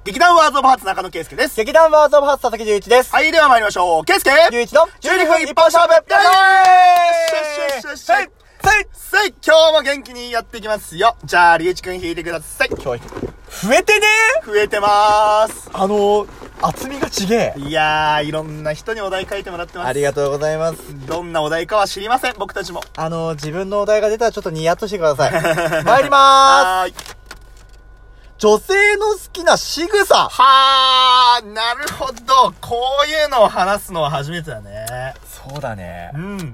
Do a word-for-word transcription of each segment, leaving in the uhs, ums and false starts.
劇団ワーズオブハーツ中野圭介です。 劇団ワーズオブハーツ佐々木隆一です。 はい、では参りましょう。圭介隆一のじゅうにふん一本勝負。よよーしよしよしよし。 はい。 さいさい今日も元気にやっていきますよ。じゃあ、隆一くん弾いてください。 今日増えてね増えてまーす。 あのー、厚みがちげえ。 いやー、いろんな人にお題書いてもらってます。 ありがとうございます。 どんなお題かは知りません、僕たちも。 あのー、自分のお題が出たらちょっとニヤッとしてください。参りまはーい。 ーす。女性の好きな仕草。 はー、なるほど。こういうのを話すのは初めてだね。 そうだね。 うん、うん、うん。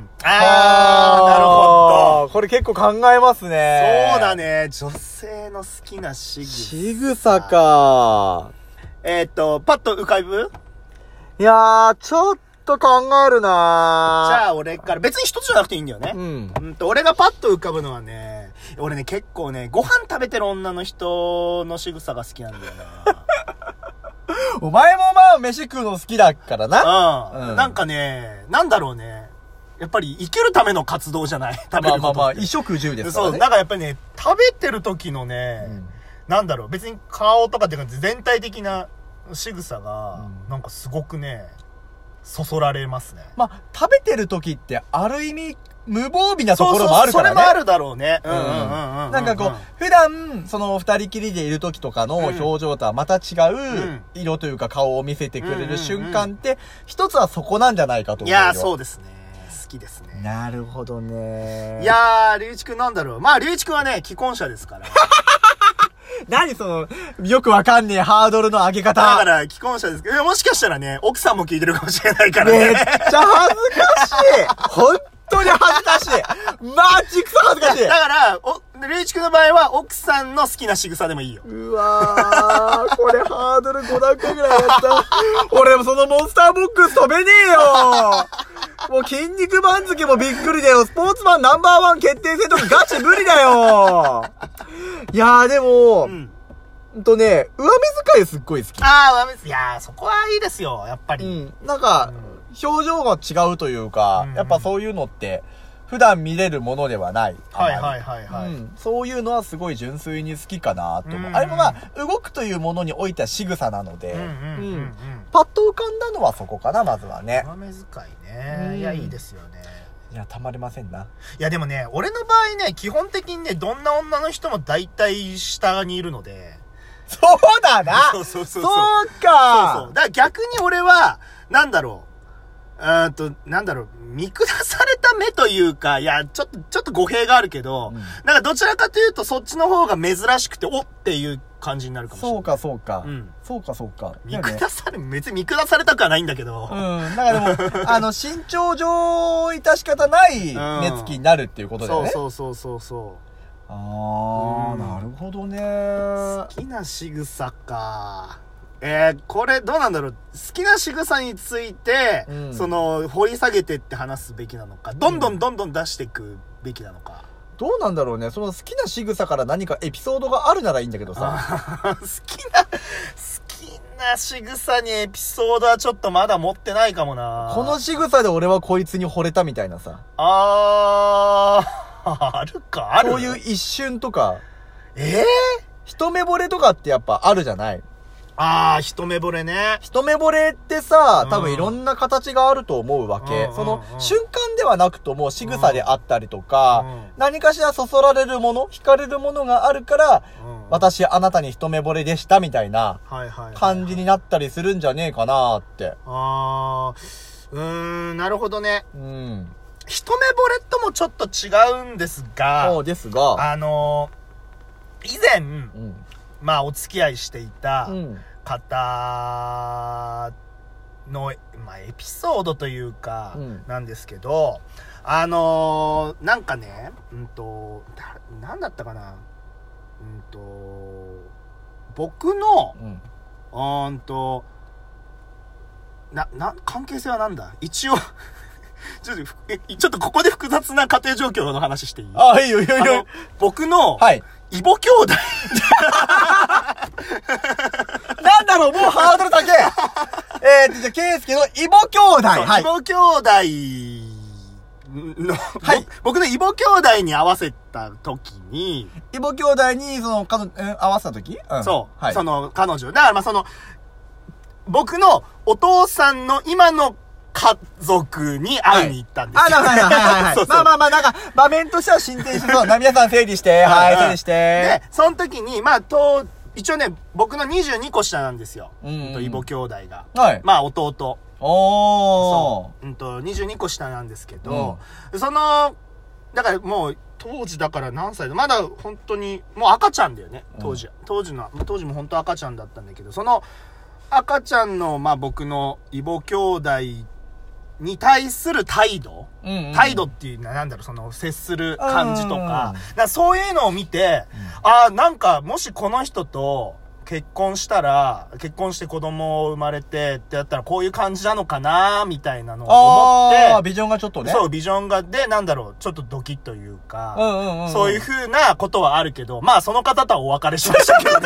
あー、なるほど。 これ結構考えますね。 そうだね。女性の好きな仕草。 仕草か。 えーっと、パッと浮かぶ？ いやー、ちょっと考えるなー。 じゃあ俺から、別に一つじゃなくていいんだよね。 うん。 うんと、俺がパッと浮かぶのはね、俺ね、結構ね、ご飯食べてる女の人の仕草が好きなんだよな。 お前もまあ飯食うの好きだからな。 うん。 うんなんかね、なんだろうね。やっぱり生きるための活動じゃない。食べることって。 まあまあまあ、衣食住ですからね。 そう、なんかやっぱりね、食べてる時のね、 うんなんだろう、別に顔とかっていうか全体的な仕草が、 うんなんかすごくね、そそられますね。 まあ、食べてる時ってある意味無防備なところもあるからね。 そうそう、それもあるだろうね。うんうんうんうんうん。 なんかこう、普段、その二人きりでいる時とかの表情とはまた違う色というか顔を見せてくれる瞬間って、一つはそこなんじゃないかと思よ。 いうやー、そうですね。好きですね。 なるほどね。 いやー、隆一くんなんだろう。まあ、隆一くんはね、既婚者ですから。 何その、よくわかんねえハードルの上げ方。 だから、既婚者ですけど、もしかしたらね、奥さんも聞いてるかもしれないからね。 めっちゃ恥ずかしい。本当に恥ずかしい。マジクソ恥ずかしい。 だから、お、隆一くんの場合は、奥さんの好きな仕草でもいいよ。 うわー、これハードルご段階ぐらいやった。俺もそのモンスターボックス飛べねえよ。もう筋肉番付もびっくりだよ。スポーツマンナンバーワン決定戦とかガチ無理だよ。いやーでも、 うん。 うんとね、上目遣いすっごい好き。 あー、上目、いやー、そこはいいですよ、やっぱり。 うん。なんか、表情が違うというか、 うんやっぱそういうのって、普段見れるものではない。 はいはいはいはい。 うん、そういうのはすごい純粋に好きかなと思う。 うんあれもまあ、動くというものにおいては仕草なので、 うんうんうんうん。 パッと浮かんだのはそこかな、まずはね。 上目遣いね。 うんいや、いいですよね。 いや、たまりませんな。 いや、でもね、俺の場合ね、基本的にね、どんな女の人も大体下にいるので。 そうだなそうそうそうそう。 そうそうかそう。だから逆に俺は、なんだろう。うーんと、なんだろう、見下された目というか、いや、ちょっと、ちょっと語弊があるけど、 うんなんかどちらかというとそっちの方が珍しくて、おっていう感じになるかもしれない。 そうか、そうか。 うんそうか、そうか。 見下され、別に見下されたくはないんだけど。 うん。だからでも、あの、身長上、致し方ない目つきになるっていうことだよね。 そうそうそうそうそう。 あー、 うんなるほどね。 好きな仕草か。えー、これどうなんだろう。好きな仕草について、 うんその、掘り下げてって話すべきなのか、どんどんどんどん出していくべきなのか。 どうなんだろうね。その好きな仕草から何かエピソードがあるならいいんだけどさ。 好きな、好きな仕草にエピソードはちょっとまだ持ってないかもな。 この仕草で俺はこいつに惚れたみたいなさ。 あー、あるか、ある。 そういう一瞬とか、 えー、 一目惚れとかってやっぱあるじゃない。 あー、一目惚れね。 一目惚れってさう、ん多分いろんな形があると思うわけ。 うんそのうんうん瞬間ではなくとも仕草であったりとか、 うん何かしらそそられるもの、惹かれるものがあるから、 うん私あなたに一目惚れでしたみたいなはいはいはい、 感じになったりするんじゃねえかなって。 あー、うーん、なるほどね。 うん。 一目惚れともちょっと違うんですが、 そうですが、 あのー、以前、 うん。 まあお付き合いしていたうん。 方の、まあエピソードというか、 うんなんですけど、あのー、なんかね、うんと、だなんだったかな、うんと、僕の、 うん。 うーんと、な、な、関係性はなんだ一応、ちょっとふ、えちょっとここで複雑な家庭状況の話していい？ あ、いいよいいよいいよあの。僕の、 はい。 異母兄弟。 なんだろう、もうハードル高ええーと、じゃあ、ケイスケの異母兄弟。はい。 異母兄弟の、 はい。 僕の異母兄弟に合わせた時に、 異母兄弟に、その、彼女、え合わせた時、うん、 そう、 はい。 その、彼女。だからまあその、僕のお父さんの今の家族に会いに行ったんですよ。 はい、あ、はいはいはいはい。そうそうまあまあまあ、なんか、場面としては進展しそう。な、皆さん整理して、はい、整理して。 で、その時に、まあ、と、一応ね、僕のにじゅうにこ下なんですよ。 うん、うん。 異母兄弟が。 はい。 まあ、弟。 おー。 そう。うんと、にじゅうにこ下なんですけど、うん、その、だからもう、当時だから何歳だまだ本当に、もう赤ちゃんだよね、当時。うん、当時の、当時も本当赤ちゃんだったんだけど、その、赤ちゃんの、まあ僕の異母兄弟に対する態度、うんうん、態度っていうのはなんだろう、その接する感じとか、うんうん、だからそういうのを見て、うん、ああ、なんかもしこの人と結婚したら、結婚して子供を生まれてってやったらこういう感じなのかなみたいなのを思って、 ああ、ビジョンがちょっとね。 そう、ビジョンが、で、なんだろう、ちょっとドキッというか、 うんうんうんうん、 そういう風なことはあるけど、まあその方とはお別れしましたけどね。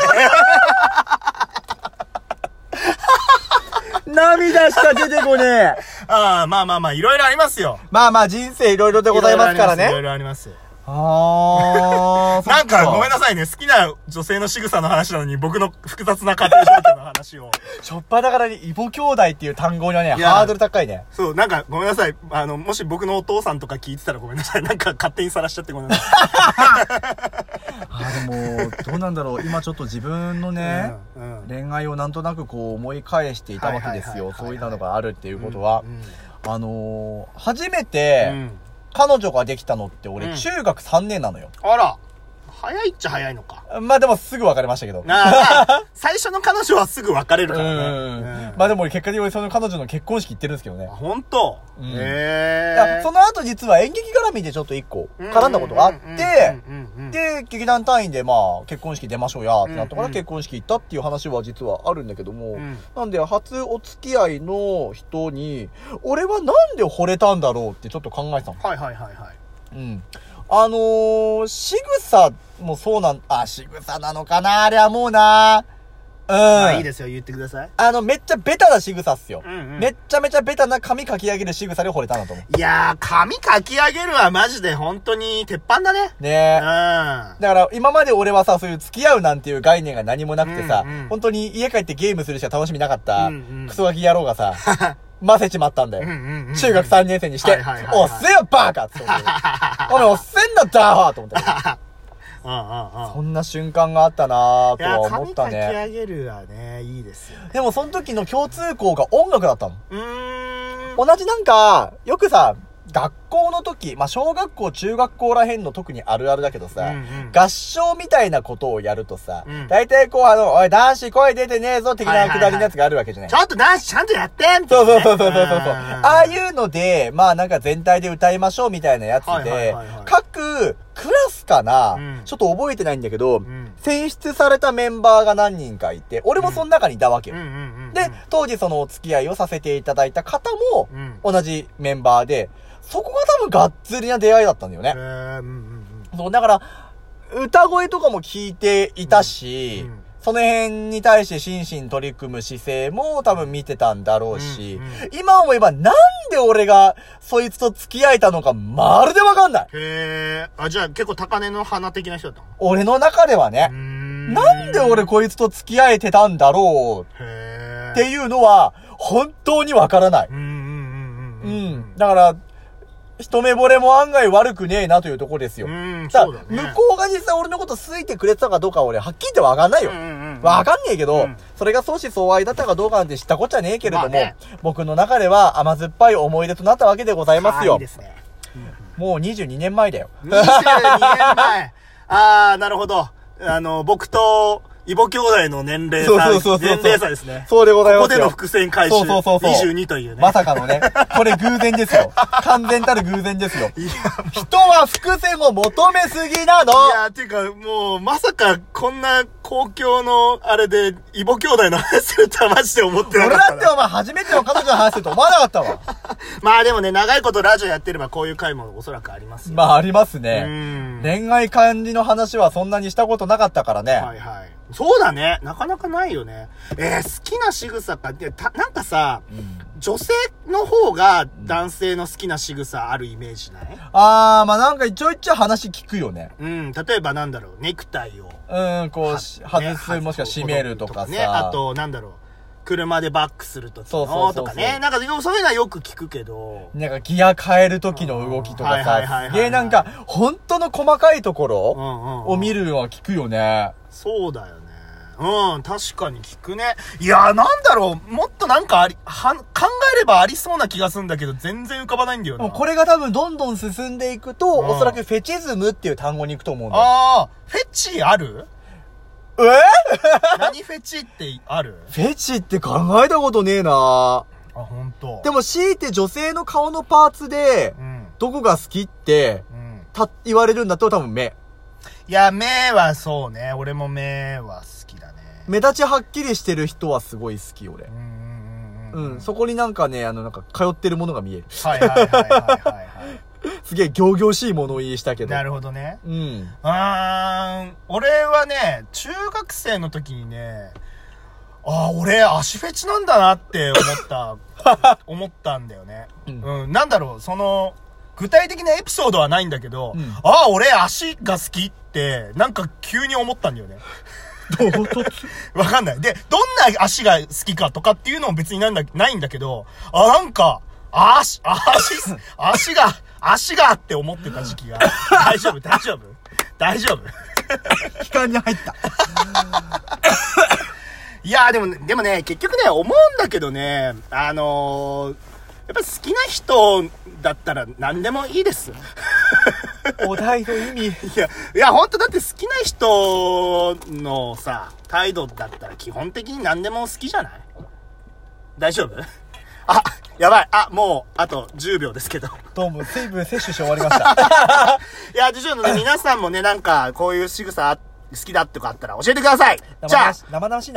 涙しか出てこねえ。 ああ、まあまあまあ、いろいろありますよ。 まあまあ、人生いろいろでございますからね。 いろいろあります。 あー。 なんか、ごめんなさいね。好きな女性の仕草の話なのに、僕の複雑な家庭状況の話を。 しょっぱだからに、異母兄弟っていう単語にはね、ハードル高いね。 そう、なんか、ごめんなさい。あの、もし僕のお父さんとか聞いてたらごめんなさい。なんか、勝手にさらしちゃってごめんなさい。 あー、でも、どうなんだろう。今ちょっと自分のね、うんうん、恋愛をなんとなくこう思い返していたわけですよ。そういうのがあるっていうことは。うんうん、あのー、初めて、うん彼女ができたのって俺、中学さんねんなのよ。 あら。早いっちゃ早いのか。 まあでもすぐ別れましたけど。 ああ最初の彼女はすぐ別れるからね。うんうんまあでも俺結果的にその彼女の結婚式行ってるんですけどね。 本当、うん、へえ。その後実は演劇絡みでちょっと一個絡んだことがあって、で、劇団単位でまあ結婚式出ましょうやってなったから結婚式行ったっていう話は実はあるんだけども、うん、なんで初お付き合いの人に、俺はなんで惚れたんだろうってちょっと考えてたの。 はいはいはいはい。 うん。あのー、仕草もそうなん、あ、仕草なのかなあれはもうなうん。 まあいいですよ、言ってください。 あの、めっちゃベタな仕草っすよ。 うんうん、 めっちゃめちゃベタな髪かき上げる仕草で惚れたなと思う。 いやー、髪かき上げるはマジで本当に鉄板だね。 ねえ。うん。だから今まで俺はさ、そういう付き合うなんていう概念が何もなくてさ、うんうん、本当に家帰ってゲームするしか楽しみなかった、うんうん、クソガキ野郎がさ、ませちまったんだよ。うんうんうんうん、中学さんねん生にして、はいはいはいはい、おっせよバーカって思って。お前おっせんだったーと思って。 うんうんうん、 そんな瞬間があったなーとは思ったね。 いや、髪かき上げるはね、いいですよ、ね。 でもその時の共通項が音楽だったの。 うーん。 同じなんか、よくさ、学校の時、まあ、小学校、中学校らへんの特にあるあるだけどさ、うんうん、合唱みたいなことをやるとさ、うん、大体こうあの、おい男子声出てねえぞ的なくだりのやつがあるわけじゃない。 はいはいはい、ちょっと男子ちゃんとやってみたいな、ね。そうそうそうそうそうそう。ああいうので、まあなんか全体で歌いましょうみたいなやつで、はいはいはいはい、各クラスかな、うん、ちょっと覚えてないんだけど、うん、選出されたメンバーが何人かいて、俺もその中にいたわけよ。で、当時そのお付き合いをさせていただいた方も、同じメンバーで、そこが多分がっつりな出会いだったんだよね。 へー、うんうんうん、 そう、だから、歌声とかも聞いていたし、うんうん、その辺に対して真摯に取り組む姿勢も多分見てたんだろうし、うんうん、今思えばなんで俺がそいつと付き合えたのかまるでわかんない。 へー。あ、じゃあ結構高嶺の花的な人だったの？ 俺の中ではね。んなんで俺こいつと付き合えてたんだろうっていうのは本当にわからない。うん。うん。だから、一目惚れも案外悪くねえなというところですよ。 うん、そうだね。 向こうが実際俺のこと好いてくれてたかどうかは俺はっきり言ってわかんないよ。わ、うんうん、かんねえけど、うん、それが相思相愛だったかどうかなんて知ったこっちゃねえけれども、まあね、僕の中では甘酸っぱい思い出となったわけでございますよ。 いいですね。 うん、もうにじゅうにねんまえだよ。 にじゅうにねんまえ。あー、なるほど。あの、僕と、異母兄弟の年齢差。 そうそうそうそう。 年齢差ですね。 そうでございますよ。 ここでの伏線回収。 そうそうそうそう。 にじゅうにというね。 まさかのね。これ偶然ですよ。完全たる偶然ですよ。いや、人は伏線を求めすぎなの。 いや、ていうか、もう、まさか、こんな公共の、あれで、異母兄弟の話するとはマジで思ってなかった。 俺だってお前初めての彼女の話すると思わなかったわ。 まあでもね、長いことラジオやってればこういう回もおそらくありますよ。 まあありますね。恋愛感じの話はそんなにしたことなかったからね。 はいはい。そうだね。なかなかないよね。えー、好きな仕草かって、た、なんかさ、うん、 女性の方が男性の好きな仕草あるイメージない？ あー、まあなんか一応一応話聞くよね。 うん、例えばなんだろう、ネクタイを。 うん、こう、外す、ね、もしくは締めるとかさ。 ね、あと、なんだろう、車でバックするときそうそうのそうそうとかね。なんかそういうのはよく聞くけど。 なんかギア変える時の動きとかさ、すげえなんか、本当の細かいところを見るのは聞くよね。 そうだよね。うん、確かに聞くね。いやー、なんだろう、もっとなんかあり、は、考えればありそうな気がするんだけど、全然浮かばないんだよな。 もうこれが多分どんどん進んでいくと、おそらくフェチズムっていう単語に行くと思うんだよ。 ああ、フェチある？ え何フェチってある？ フェチって考えたことねえな。 あ、ほんと。 でも強いて女性の顔のパーツで、うん、どこが好きって、うん、た、言われるんだと多分目。 いや、目はそうね。俺も目は好きだね。 目立ちはっきりしてる人はすごい好き、俺。うんうんうんうん。うん。そこになんかね、あの、なんか通ってるものが見える。はいはいはいはいはい、はい。すげえ仰々しい物言いしたけど。 なるほどね。 うん。 あー、俺はね、中学生の時にね、あー、俺足フェチなんだなって思った、思ったんだよね。うん、うん。なんだろう、その、具体的なエピソードはないんだけど、うん、ああ、俺足が好きって、なんか急に思ったんだよね。 どう突わかんない。で、どんな足が好きかとかっていうのも別になんだ、ないんだけど、あ、なんか、足、足、足が、足がって思ってた時期が、大丈夫、大丈夫大丈夫期間に入った。 いやーでも、でもね、結局ね、思うんだけどね、あのー、やっぱ好きな人だったら何でもいいです。 お題の意味。いや、いや、ほんとだって好きな人のさ、態度だったら基本的に何でも好きじゃない？大丈夫？あ、やばい。あ、もう、あとじゅうびょうですけど。 どうも、水分摂取して終わりました。 いや、ちょっとね、皆さんもね、なんか、こういう仕草好きだってかあったら教えてください。じゃあ、 生々しいな。